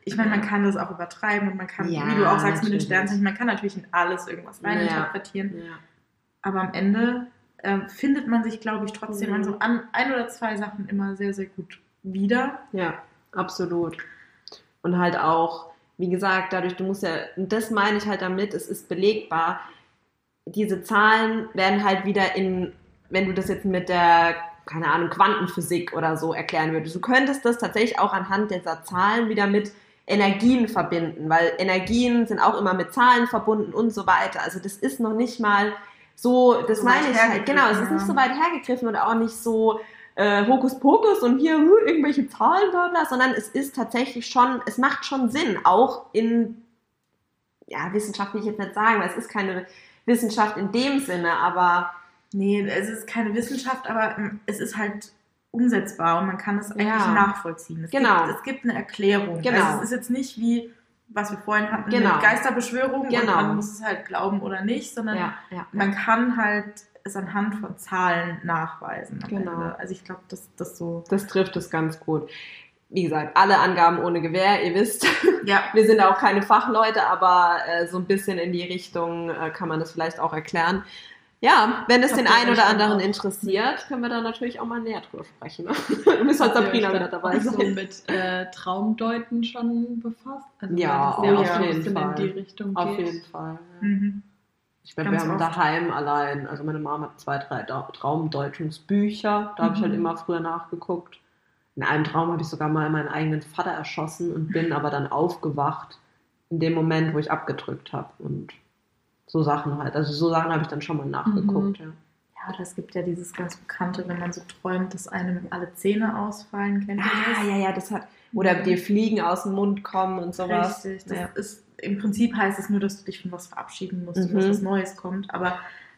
ich meine, man kann das auch übertreiben und man kann, wie du auch sagst, mit den Sternzeichen, man kann natürlich in alles irgendwas reininterpretieren. Ja. Aber am Ende findet man sich, glaube ich, trotzdem an so ein oder zwei Sachen immer sehr, sehr gut wieder. Ja, absolut. Und halt auch, wie gesagt, dadurch, du musst ja, und das meine ich halt damit, es ist belegbar, diese Zahlen werden halt wieder wenn du das jetzt mit der, keine Ahnung, Quantenphysik oder so erklären würdest, du könntest das tatsächlich auch anhand dieser Zahlen wieder mit Energien verbinden, weil Energien sind auch immer mit Zahlen verbunden und so weiter. Also das ist noch nicht mal so, das so meine ich halt, genau, es ist nicht so weit hergegriffen und auch nicht so Hokuspokus und hier irgendwelche Zahlen, bla bla, sondern es ist tatsächlich schon, es macht schon Sinn, auch in, Wissenschaft will ich jetzt nicht sagen, weil es ist keine Wissenschaft in dem Sinne, aber... Nee, es ist keine Wissenschaft, aber es ist halt umsetzbar und man kann es eigentlich nachvollziehen. Es gibt eine Erklärung. Genau. Also es ist jetzt nicht wie, was wir vorhin hatten, mit Geisterbeschwörung und man muss es halt glauben oder nicht, sondern man kann halt es anhand von Zahlen nachweisen. Ende. Also ich glaube, das trifft es ganz gut. Wie gesagt, alle Angaben ohne Gewähr, ihr wisst, wir sind auch keine Fachleute, aber so ein bisschen in die Richtung kann man das vielleicht auch erklären. Ja, wenn es den einen oder anderen interessiert, können wir da natürlich auch mal näher drüber sprechen. Ne? Du bist halt Sabrina wieder dabei. Hast du mit Traumdeuten schon befasst? Also, auf jeden Fall. In die Richtung auf geht. jeden Fall. Ja. Mhm. Ich glaube, wir haben daheim allein, also meine Mama hat 2, 3 Traumdeutungsbücher, da habe ich halt immer früher nachgeguckt. In einem Traum habe ich sogar mal meinen eigenen Vater erschossen und bin aber dann aufgewacht in dem Moment, wo ich abgedrückt habe und so Sachen halt. Also so Sachen habe ich dann schon mal nachgeguckt, Ja, das gibt ja dieses ganz Bekannte, wenn man so träumt, dass einem alle Zähne ausfallen. Kennt ihr das? Das hat... Oder dir Fliegen aus dem Mund kommen und sowas. Richtig, das ist... Im Prinzip heißt es nur, dass du dich von was verabschieden musst und dass was Neues kommt. Aber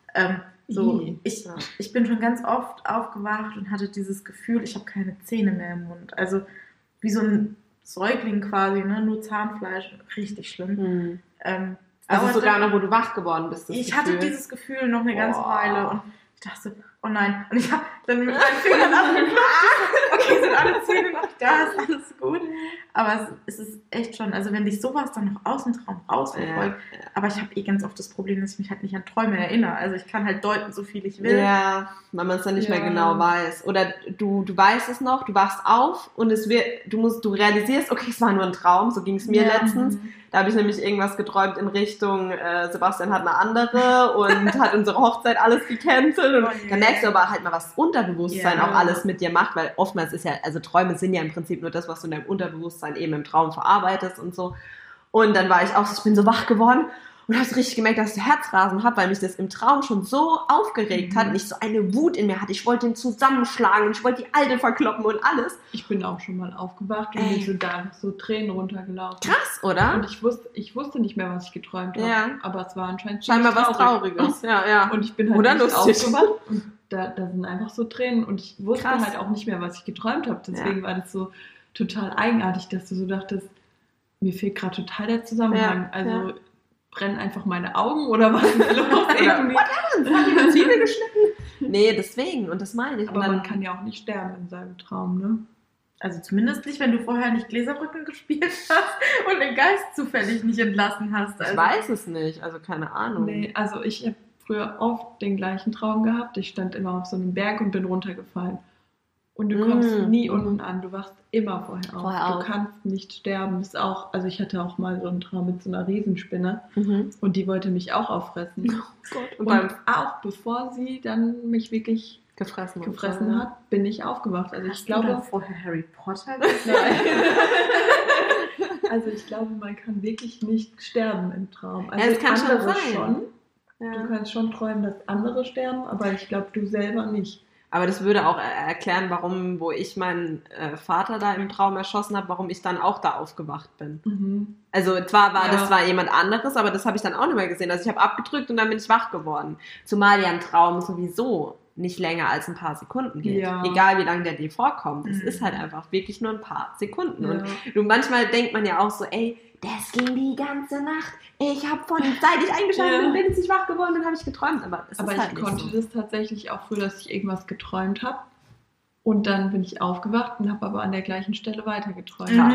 ich bin schon ganz oft aufgewacht und hatte dieses Gefühl, ich habe keine Zähne mehr im Mund. Also wie so ein Säugling quasi, ne? Nur Zahnfleisch. Richtig schlimm. Also sogar noch, wo du wach geworden bist. Ich hatte dieses Gefühl noch eine ganze Weile und ich dachte, oh nein. Und ich habe dann mit meinen Fingern abgeklopft. Okay, sind alle Zähne noch da, ist alles gut. Aber es ist echt schon, also wenn dich sowas dann noch aus dem Traum rausverfolgt, aber ich habe ganz oft das Problem, dass ich mich halt nicht an Träume erinnere. Also ich kann halt deuten, so viel ich will. Ja, weil man es dann nicht mehr genau weiß. Oder du weißt es noch, du wachst auf und du realisierst, okay, es war nur ein Traum, so ging es mir letztens. Da habe ich nämlich irgendwas geträumt in Richtung, Sebastian hat eine andere und hat unsere Hochzeit alles gecancelt. Und dann merkst du aber halt mal, was das Unterbewusstsein auch alles mit dir macht, weil oftmals ist ja, also Träume sind ja im Prinzip nur das, was du in deinem Unterbewusstsein eben im Traum verarbeitest und so. Und dann war ich auch so, ich bin so wach geworden und habe so richtig gemerkt, dass ich Herzrasen habe, weil mich das im Traum schon so aufgeregt hat und ich so eine Wut in mir hatte. Ich wollte ihn zusammenschlagen und ich wollte die Alte verkloppen und alles. Ich bin auch schon mal aufgewacht und mir sind da so Tränen runtergelaufen. Krass, oder? Und ich wusste nicht mehr, was ich geträumt habe, aber es war anscheinend scheinbar was Trauriges. Ja. Und ich bin halt oder nicht aufgewacht und da sind einfach so Tränen und ich wusste halt auch nicht mehr, was ich geträumt habe. Deswegen war das so total eigenartig, dass du so dachtest, mir fehlt gerade total der Zusammenhang. Also brennen einfach meine Augen oder was ist los? Irgendwie. Haben die eine Zwiebel geschnitten? Nee, deswegen. Und das meine ich. Aber man kann ja auch nicht sterben in seinem Traum, ne? Also zumindest nicht, wenn du vorher nicht Gläserrücken gespielt hast und den Geist zufällig nicht entlassen hast. Also. Ich weiß es nicht, also keine Ahnung. Nee, also ich habe früher oft den gleichen Traum gehabt. Ich stand immer auf so einem Berg und bin runtergefallen. Und du kommst nie unten an, du wachst immer vorher auf. Du kannst nicht sterben. Das ist auch, also ich hatte auch mal so einen Traum mit so einer Riesenspinne und die wollte mich auch auffressen. Oh Gott. Und auch bevor sie dann mich wirklich gefressen hat, bin ich aufgewacht. Also ich glaube, du dann vorher Harry Potter Nein. Also ich glaube, man kann wirklich nicht sterben im Traum. Also es kann schon sein. Du kannst schon träumen, dass andere sterben, aber ich glaube, du selber nicht. Aber das würde auch erklären, warum, wo ich meinen Vater da im Traum erschossen habe, warum ich dann auch da aufgewacht bin. Also zwar das war jemand anderes, aber das habe ich dann auch nicht mehr gesehen. Also ich habe abgedrückt und dann bin ich wach geworden. Zumal ja ein Traum sowieso nicht länger als ein paar Sekunden geht. Ja. Egal wie lange der dir vorkommt. Es ist halt einfach wirklich nur ein paar Sekunden. Ja. Und manchmal denkt man ja auch so, ey, das ging die ganze Nacht. Ich habe seit ich eingeschlafen bin, jetzt nicht wach geworden, dann habe ich geträumt. Aber ist halt ich konnte das tatsächlich auch früher, dass ich irgendwas geträumt habe. Und dann bin ich aufgewacht und habe aber an der gleichen Stelle weiter geträumt. Krass.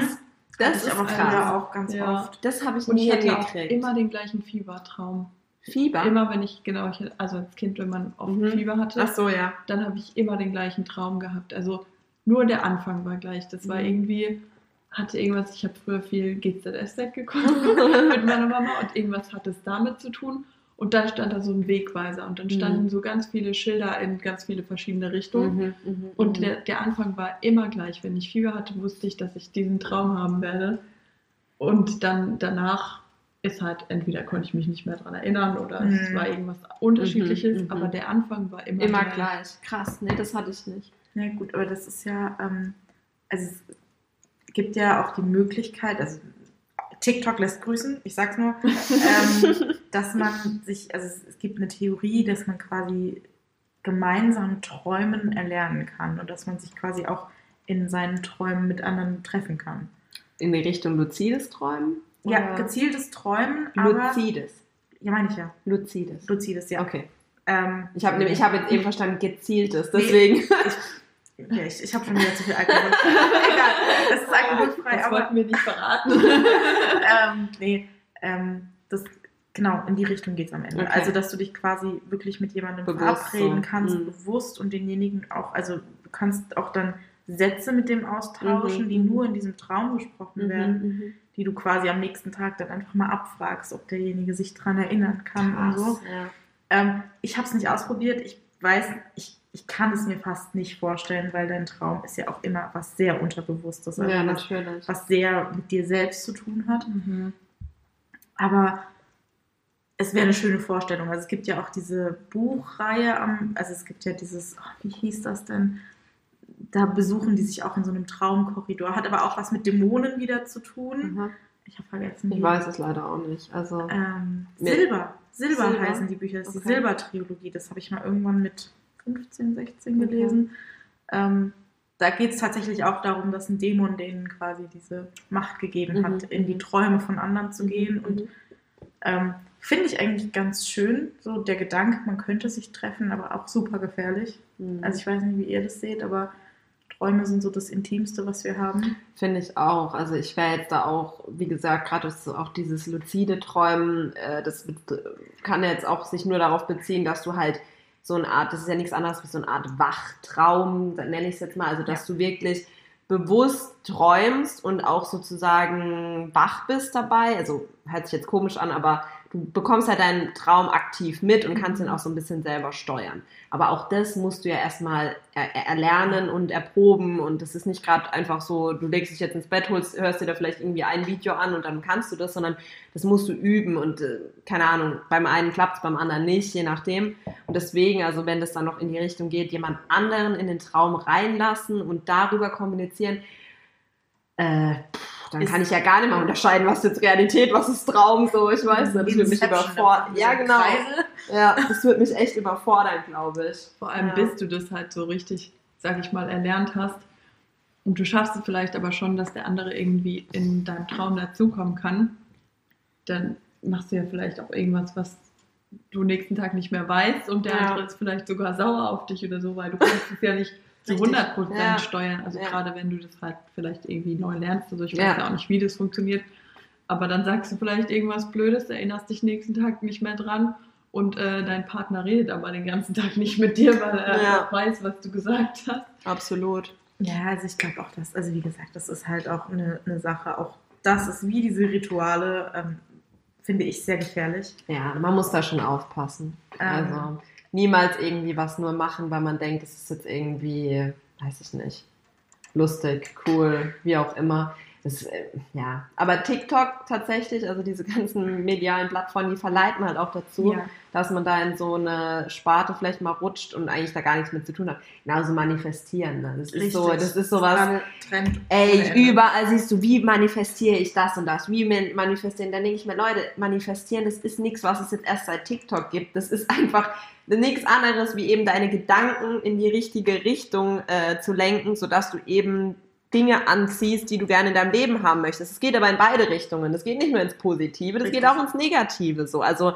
Das ist aber krass. auch ganz oft. Das habe ich und nie ich hatte hingekriegt. auch immer den gleichen Fiebertraum. Fieber? Immer wenn ich, also als Kind, wenn man oft Fieber hatte, ach so, ja, dann habe ich immer den gleichen Traum gehabt. Also nur der Anfang war gleich. Das war irgendwie, hatte irgendwas, ich habe früher viel GZSZ geguckt mit meiner Mama und irgendwas hatte es damit zu tun. Und dann stand da so ein Wegweiser und dann standen so ganz viele Schilder in ganz viele verschiedene Richtungen. Und der Anfang war immer gleich. Wenn ich Fieber hatte, wusste ich, dass ich diesen Traum haben werde. Und dann danach ist halt, entweder konnte ich mich nicht mehr daran erinnern oder es war irgendwas Unterschiedliches, aber der Anfang war immer gleich. Krass, nee, das hatte ich nicht. Ja gut, aber das ist ja, also es gibt ja auch die Möglichkeit, also TikTok lässt grüßen, ich sag's nur, dass man sich, also es gibt eine Theorie, dass man quasi gemeinsam Träumen erlernen kann und dass man sich quasi auch in seinen Träumen mit anderen treffen kann. In die Richtung luzides Träumen? Oder? Ja, gezieltes Träumen, luzides. Ja, meine ich ja. Luzides, ja. Okay. Ich habe jetzt eben verstanden, gezieltes, deswegen. Nee, ich habe schon wieder zu viel Alkohol. Egal, das ist alkoholfrei. Das wollten wir nicht verraten. Das, genau, in die Richtung geht es am Ende. Okay. Also, dass du dich quasi wirklich mit jemandem verabreden kannst, bewusst und denjenigen auch, also du kannst auch dann Sätze mit dem austauschen, die nur in diesem Traum gesprochen werden, die du quasi am nächsten Tag dann einfach mal abfragst, ob derjenige sich dran erinnern kann. Krass, und so. Ja. Ich habe es nicht ausprobiert. Ich weiß, ich kann es mir fast nicht vorstellen, weil dein Traum ist ja auch immer was sehr Unterbewusstes, also was sehr mit dir selbst zu tun hat. Aber es wäre eine schöne Vorstellung. Also es gibt ja auch diese Buchreihe, also es gibt ja dieses, wie hieß das denn? Da besuchen die sich auch in so einem Traumkorridor. Hat aber auch was mit Dämonen wieder zu tun. Ich habe vergessen. Ich weiß es leider auch nicht. Also Silber heißen die Bücher. Das ist die Silber-Trilogie. Das habe ich mal irgendwann mit 15, 16 gelesen. Da geht es tatsächlich auch darum, dass ein Dämon denen quasi diese Macht gegeben hat, in die Träume von anderen zu gehen. Und finde ich eigentlich ganz schön, so der Gedanke, man könnte sich treffen, aber auch super gefährlich. Also ich weiß nicht, wie ihr das seht, aber Träume sind so das Intimste, was wir haben. Finde ich auch. Also ich wäre jetzt da auch, wie gesagt, gerade auch dieses luzide Träumen, das kann ja jetzt auch sich nur darauf beziehen, dass du halt so eine Art, das ist ja nichts anderes wie so eine Art Wachtraum, nenne ich es jetzt mal, also dass du wirklich bewusst träumst und auch sozusagen wach bist dabei, also hört sich jetzt komisch an, aber du bekommst halt deinen Traum aktiv mit und kannst ihn auch so ein bisschen selber steuern. Aber auch das musst du ja erstmal erlernen und erproben und das ist nicht gerade einfach so, du legst dich jetzt ins Bett, hörst dir da vielleicht irgendwie ein Video an und dann kannst du das, sondern das musst du üben und keine Ahnung, beim einen klappt es, beim anderen nicht, je nachdem. Und deswegen, also wenn das dann noch in die Richtung geht, jemand anderen in den Traum reinlassen und darüber kommunizieren, dann kann ich ja gar nicht mehr unterscheiden, was ist jetzt Realität, was ist Traum, so, ich weiß nicht, das würde mich überfordern. Ja, genau. Ja, das würde mich echt überfordern, glaube ich. Vor allem, bis du das halt so richtig, sag ich mal, erlernt hast und du schaffst es vielleicht aber schon, dass der andere irgendwie in deinem Traum dazukommen kann, dann machst du ja vielleicht auch irgendwas, was du nächsten Tag nicht mehr weißt und der andere ist vielleicht sogar sauer auf dich oder so, weil du kannst es ja nicht zu 100% steuern, also gerade wenn du das halt vielleicht irgendwie neu lernst, also ich weiß ja auch nicht, wie das funktioniert, aber dann sagst du vielleicht irgendwas Blödes, erinnerst dich nächsten Tag nicht mehr dran und dein Partner redet aber den ganzen Tag nicht mit dir, weil er weiß, was du gesagt hast. Absolut. Ja, also ich glaube auch, dass, also wie gesagt, das ist halt auch eine Sache, auch das ist wie diese Rituale, finde ich sehr gefährlich. Ja, man muss da schon aufpassen. Also niemals irgendwie was nur machen, weil man denkt, es ist jetzt irgendwie, weiß ich nicht, lustig, cool, wie auch immer. Das, aber TikTok tatsächlich, also diese ganzen medialen Plattformen, die verleiten halt auch dazu, dass man da in so eine Sparte vielleicht mal rutscht und eigentlich da gar nichts mit zu tun hat. Genauso manifestieren. Ne? Das ist so was. Überall siehst du, wie manifestiere ich das und das, wie manifestieren. Dann denke ich mir, Leute, manifestieren, das ist nichts, was es jetzt erst seit TikTok gibt. Das ist einfach nichts anderes, wie eben deine Gedanken in die richtige Richtung zu lenken, sodass du eben Dinge anziehst, die du gerne in deinem Leben haben möchtest. Es geht aber in beide Richtungen. Das geht nicht nur ins Positive, das geht auch ins Negative. So. Also,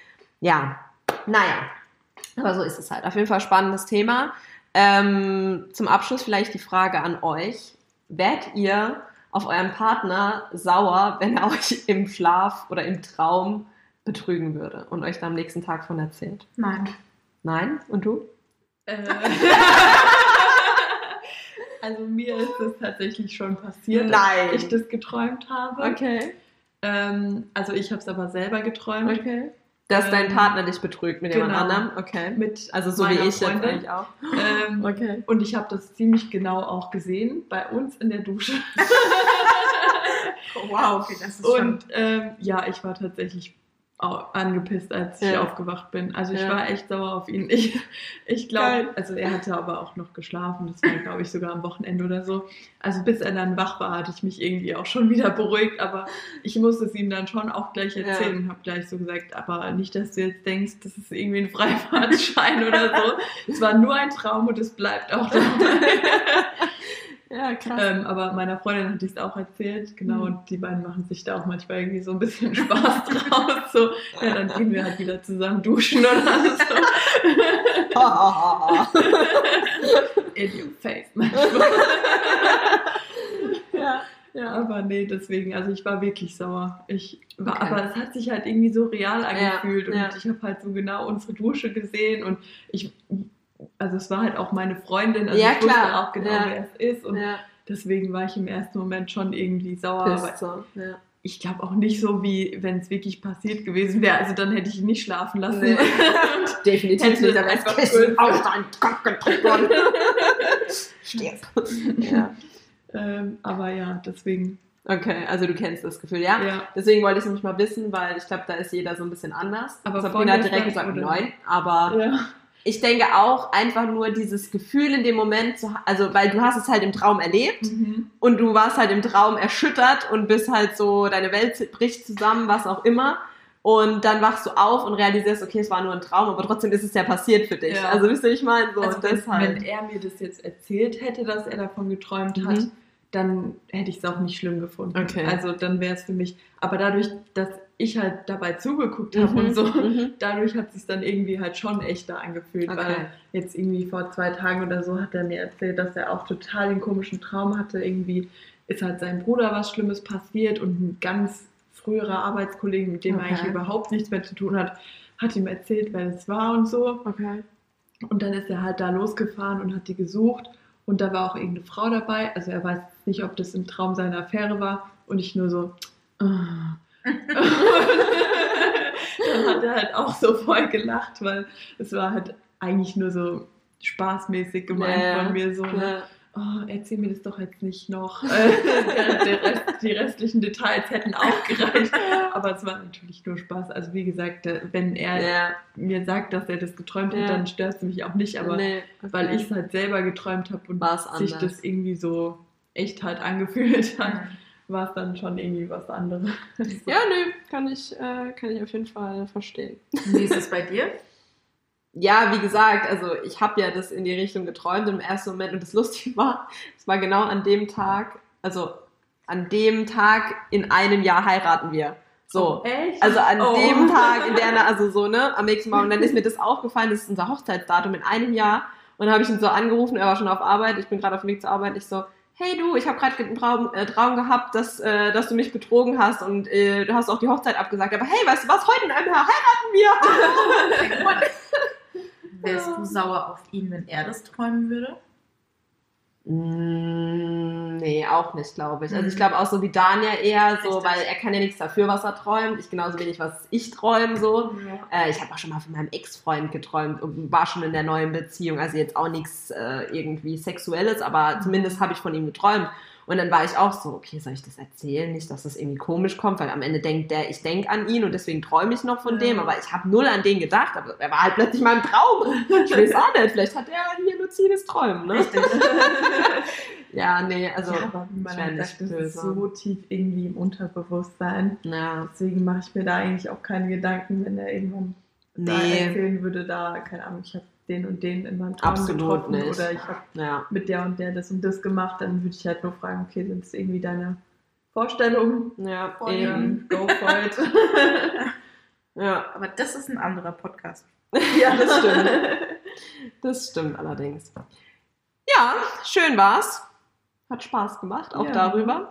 aber so ist es halt. Auf jeden Fall spannendes Thema. Zum Abschluss vielleicht die Frage an euch. Wärt ihr auf euren Partner sauer, wenn er euch im Schlaf oder im Traum betrügen würde und euch dann am nächsten Tag von erzählt? Nein. Nein? Und du? Also mir ist es tatsächlich schon passiert, Nein. dass ich das geträumt habe. Okay. Also ich habe es aber selber geträumt. Okay. Dass dein Partner dich betrügt mit jemand anderem? Okay. Also so wie ich Freundin. Jetzt eigentlich auch. Okay. Und ich habe das ziemlich genau auch gesehen, bei uns in der Dusche. Wow, okay, das ist schon... Und ja, ich war tatsächlich auch angepisst, als ich aufgewacht bin. Also ich war echt sauer auf ihn. Ich glaube, also er hatte aber auch noch geschlafen. Das war, glaube ich, sogar am Wochenende oder so. Also bis er dann wach war, hatte ich mich irgendwie auch schon wieder beruhigt. Aber ich musste es ihm dann schon auch gleich erzählen und habe gleich so gesagt, aber nicht, dass du jetzt denkst, das ist irgendwie ein Freifahrtschein oder so. Es war nur ein Traum und es bleibt auch dabei. Ja, krass. Aber meiner Freundin hatte ich es auch erzählt, genau, und die beiden machen sich da auch manchmal irgendwie so ein bisschen Spaß draus. So, ja, dann gehen wir halt wieder zusammen duschen oder so. In your face, manchmal. Ja, aber nee, deswegen, also ich war wirklich sauer. Aber es hat sich halt irgendwie so real angefühlt und ich habe halt so genau unsere Dusche gesehen und also es war halt auch meine Freundin, also ich wusste auch genau, wer es ist und deswegen war ich im ersten Moment schon irgendwie sauer. Aber ich glaube auch nicht so, wie wenn es wirklich passiert gewesen wäre. Also dann hätte ich ihn nicht schlafen lassen. Nee. Definitiv nicht, aber es Kissen auf deinen Kopf gedrückt worden. Stirb. Ja. Aber ja, deswegen. Okay, also du kennst das Gefühl, ja? Deswegen wollte ich es nämlich mal wissen, weil ich glaube, da ist jeder so ein bisschen anders. Aber Sabrina hat direkt gesagt, nein, aber ich denke auch einfach nur dieses Gefühl in dem Moment, also weil du hast es halt im Traum erlebt und du warst halt im Traum erschüttert und bist halt so, deine Welt bricht zusammen, was auch immer. Und dann wachst du auf und realisierst, okay, es war nur ein Traum, aber trotzdem ist es ja passiert für dich. Ja. Also wisst ihr, ich meine, so. Also wenn er mir das jetzt erzählt hätte, dass er davon geträumt hat, dann hätte ich es auch nicht schlimm gefunden. Okay. Also dann wäre es für mich, aber dadurch, dass ich halt dabei zugeguckt habe und so, dadurch hat es sich dann irgendwie halt schon echter angefühlt, weil jetzt irgendwie vor 2 Tagen oder so hat er mir erzählt, dass er auch total den komischen Traum hatte. Irgendwie ist halt seinem Bruder was Schlimmes passiert und ein ganz früherer Arbeitskollege, mit dem er eigentlich überhaupt nichts mehr zu tun hat, hat ihm erzählt, wer es war und so. Okay. Und dann ist er halt da losgefahren und hat die gesucht und da war auch irgendeine Frau dabei. Also er weiß nicht, ob das im Traum seine Affäre war und ich nur so... Dann hat er halt auch so voll gelacht, weil es war halt eigentlich nur so spaßmäßig gemeint von mir so, ne? Oh, erzähl mir das doch jetzt nicht noch. Die restlichen Details hätten auch gereicht. Aber es war natürlich nur Spaß. Also wie gesagt, wenn er mir sagt, dass er das geträumt hat, dann stört es mich auch nicht. Aber weil ich es halt selber geträumt habe und sich das irgendwie so echt halt angefühlt hat, war es dann schon irgendwie was anderes. Ja, nö, kann ich auf jeden Fall verstehen. Wie ist es bei dir? Ja, wie gesagt, also ich habe ja das in die Richtung geträumt im ersten Moment und das Lustige war, es war genau an dem Tag, also an dem Tag in einem Jahr heiraten wir. So. Oh, echt? Also an dem Tag, also so, ne, am nächsten Mal. Und dann ist mir das aufgefallen, das ist unser Hochzeitsdatum in einem Jahr. Und dann habe ich ihn so angerufen, er war schon auf Arbeit, ich bin gerade auf dem Weg zur Arbeit, ich so, hey du, ich habe gerade einen Traum gehabt, dass du mich betrogen hast und du hast auch die Hochzeit abgesagt. Aber hey, weißt du was, heute in einem Jahr heiraten wir. Wärst du sauer auf ihn, wenn er das träumen würde? Nee, auch nicht, glaube ich. Also ich glaube auch so wie Dania eher so, weil er kann ja nichts dafür, was er träumt. Ich genauso wenig, was ich träume so. Ja. Ich habe auch schon mal von meinem Ex-Freund geträumt und war schon in der neuen Beziehung. Also jetzt auch nichts irgendwie Sexuelles, aber zumindest habe ich von ihm geträumt. Und dann war ich auch so, okay, soll ich das erzählen? Nicht, dass das irgendwie komisch kommt, weil am Ende denkt ich denke an ihn und deswegen träume ich noch von dem, aber ich habe null an den gedacht, aber er war halt plötzlich mal im Traum. Ich weiß auch nicht, vielleicht hat er hier luzides Träumen, ne? Ja, nee, also aber wie man halt sagt, das ist so tief irgendwie im Unterbewusstsein. Ja. Deswegen mache ich mir da eigentlich auch keine Gedanken, wenn er irgendwann da erzählen würde, da, keine Ahnung, ich habe den und den in meinem Traum getroffen nicht. Oder ich habe mit der und der das und das gemacht, dann würde ich halt nur fragen, okay, sind es irgendwie deine Vorstellungen? Ja, eben. Go for it. Ja, aber das ist ein anderer Podcast. Ja, das stimmt. Das stimmt allerdings. Ja, schön war's. Hat Spaß gemacht, auch darüber.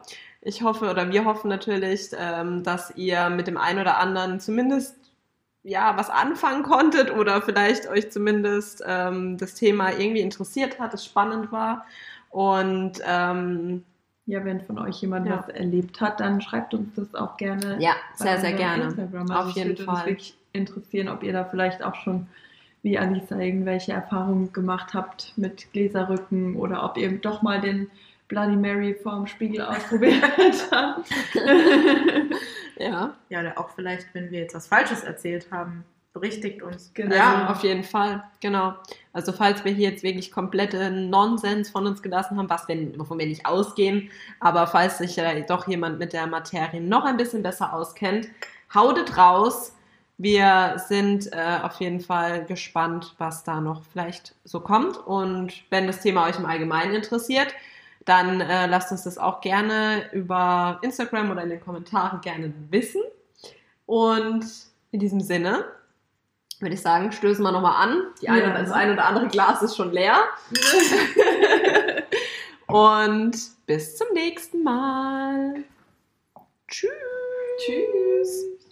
Ich hoffe, oder wir hoffen natürlich, dass ihr mit dem einen oder anderen zumindest was anfangen konntet oder vielleicht euch zumindest das Thema irgendwie interessiert hat, es spannend war. Und wenn von euch jemand was erlebt hat, dann schreibt uns das auch gerne. Ja, sehr, sehr gerne. Instagram. Auf jeden Fall. Uns wirklich interessieren, ob ihr da vielleicht auch schon, wie Alisa, irgendwelche Erfahrungen gemacht habt mit Gläserrücken oder ob ihr doch mal den Bloody Mary vorm Spiegel ausprobiert habt. Ja, oder auch vielleicht, wenn wir jetzt was Falsches erzählt haben, berichtigt uns. Genau. Ja, auf jeden Fall, genau. Also falls wir hier jetzt wirklich komplette Nonsens von uns gelassen haben, wovon wir nicht ausgehen, aber falls sich doch jemand mit der Materie noch ein bisschen besser auskennt, hautet raus. Wir sind auf jeden Fall gespannt, was da noch vielleicht so kommt. Und wenn das Thema euch im Allgemeinen interessiert, dann lasst uns das auch gerne über Instagram oder in den Kommentaren gerne wissen. Und in diesem Sinne würde ich sagen, stößen wir nochmal an. Das ein oder andere Glas ist schon leer. Und bis zum nächsten Mal. Tschüss. Tschüss.